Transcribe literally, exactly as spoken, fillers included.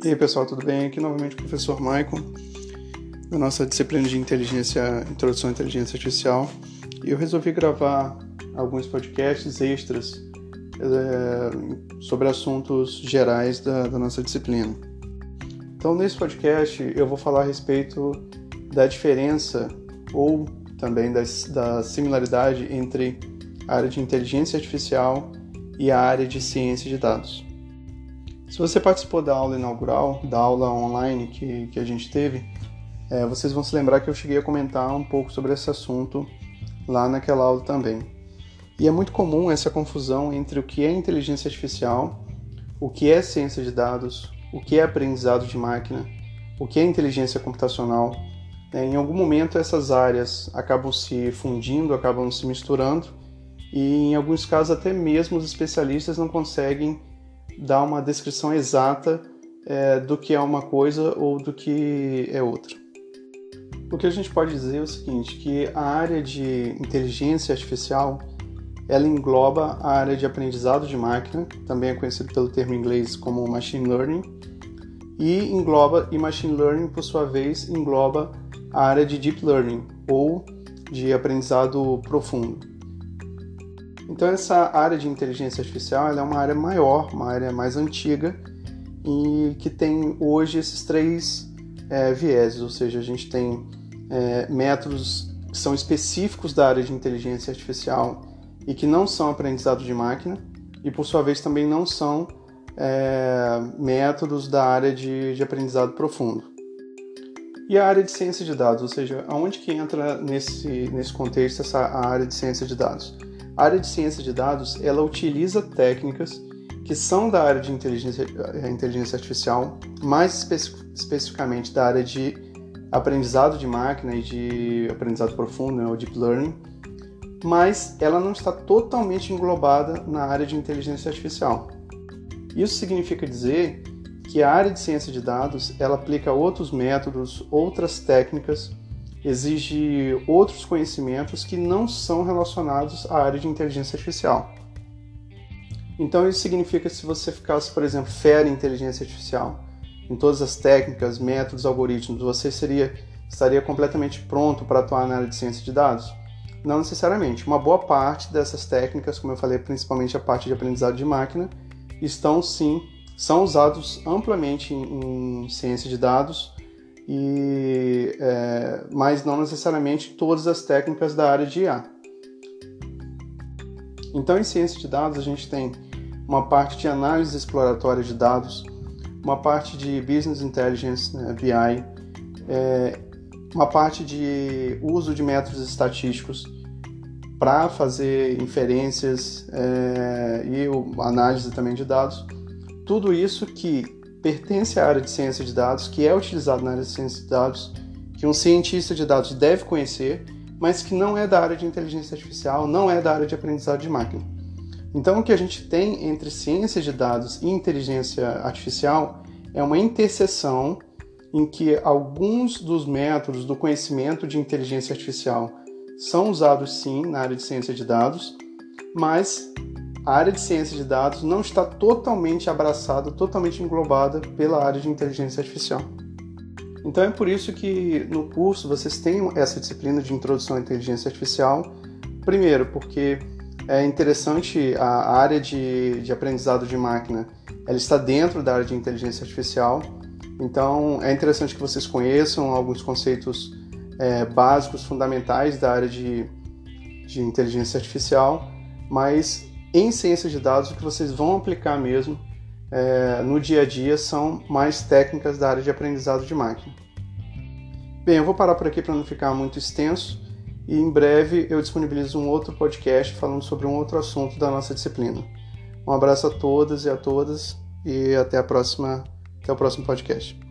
E aí pessoal, tudo bem? Aqui novamente o professor Maicon, da nossa disciplina de inteligência, introdução à inteligência artificial. E eu resolvi gravar alguns podcasts extras é, sobre assuntos gerais da, da nossa disciplina. Então nesse podcast eu vou falar a respeito da diferença ou também da, da similaridade entre a área de inteligência artificial e a área de ciência de dados. Se você participou da aula inaugural, da aula online que, que a gente teve, é, vocês vão se lembrar que eu cheguei a comentar um pouco sobre esse assunto lá naquela aula também. E é muito comum essa confusão entre o que é inteligência artificial, o que é ciência de dados, o que é aprendizado de máquina, o que é inteligência computacional. É, em algum momento essas áreas acabam se fundindo, acabam se misturando e em alguns casos até mesmo os especialistas não conseguem dar uma descrição exata é, do que é uma coisa ou do que é outra. O que a gente pode dizer é o seguinte, que a área de inteligência artificial ela engloba a área de aprendizado de máquina, também é conhecido pelo termo em inglês como machine learning, e engloba, e machine learning, por sua vez, engloba a área de deep learning, ou de aprendizado profundo. Então essa área de inteligência artificial ela é uma área maior, uma área mais antiga e que tem hoje esses três é, vieses, ou seja, a gente tem é, métodos que são específicos da área de inteligência artificial e que não são aprendizado de máquina e por sua vez também não são é, métodos da área de, de aprendizado profundo. E a área de ciência de dados, ou seja, aonde que entra nesse, nesse contexto essa a área de ciência de dados? A área de ciência de dados, ela utiliza técnicas que são da área de inteligência, inteligência artificial, mais especi- especificamente da área de aprendizado de máquina e de aprendizado profundo, né, ou deep learning, mas ela não está totalmente englobada na área de inteligência artificial. Isso significa dizer que a área de ciência de dados, ela aplica outros métodos, outras técnicas, exige outros conhecimentos que não são relacionados à área de inteligência artificial. Então isso significa que se você ficasse, por exemplo, fera em inteligência artificial, em todas as técnicas, métodos, algoritmos, você seria, estaria completamente pronto para atuar na área de ciência de dados? Não necessariamente. Uma boa parte dessas técnicas, como eu falei, principalmente a parte de aprendizado de máquina, estão sim, são usados amplamente em, em ciência de dados, E, é, mas não necessariamente todas as técnicas da área de I A. Então, em ciência de dados, a gente tem uma parte de análise exploratória de dados, uma parte de business intelligence, né, B I, é, uma parte de uso de métodos estatísticos para fazer inferências é, e análise também de dados. Tudo isso que pertence à área de ciência de dados, que é utilizado na área de ciência de dados, que um cientista de dados deve conhecer, mas que não é da área de inteligência artificial, não é da área de aprendizado de máquina. Então, o que a gente tem entre ciência de dados e inteligência artificial é uma interseção em que alguns dos métodos do conhecimento de inteligência artificial são usados sim na área de ciência de dados, mas a área de ciência de dados não está totalmente abraçada, totalmente englobada pela área de inteligência artificial. Então é por isso que no curso vocês têm essa disciplina de introdução à inteligência artificial. Primeiro, porque é interessante a área de, de aprendizado de máquina, ela está dentro da área de inteligência artificial. Então é interessante que vocês conheçam alguns conceitos é, básicos, fundamentais da área de, de inteligência artificial, mas em ciência de dados, o que vocês vão aplicar mesmo é, no dia a dia são mais técnicas da área de aprendizado de máquina. Bem, eu vou parar por aqui para não ficar muito extenso e em breve eu disponibilizo um outro podcast falando sobre um outro assunto da nossa disciplina. Um abraço a todas e a todas e até a próxima, até o próximo podcast.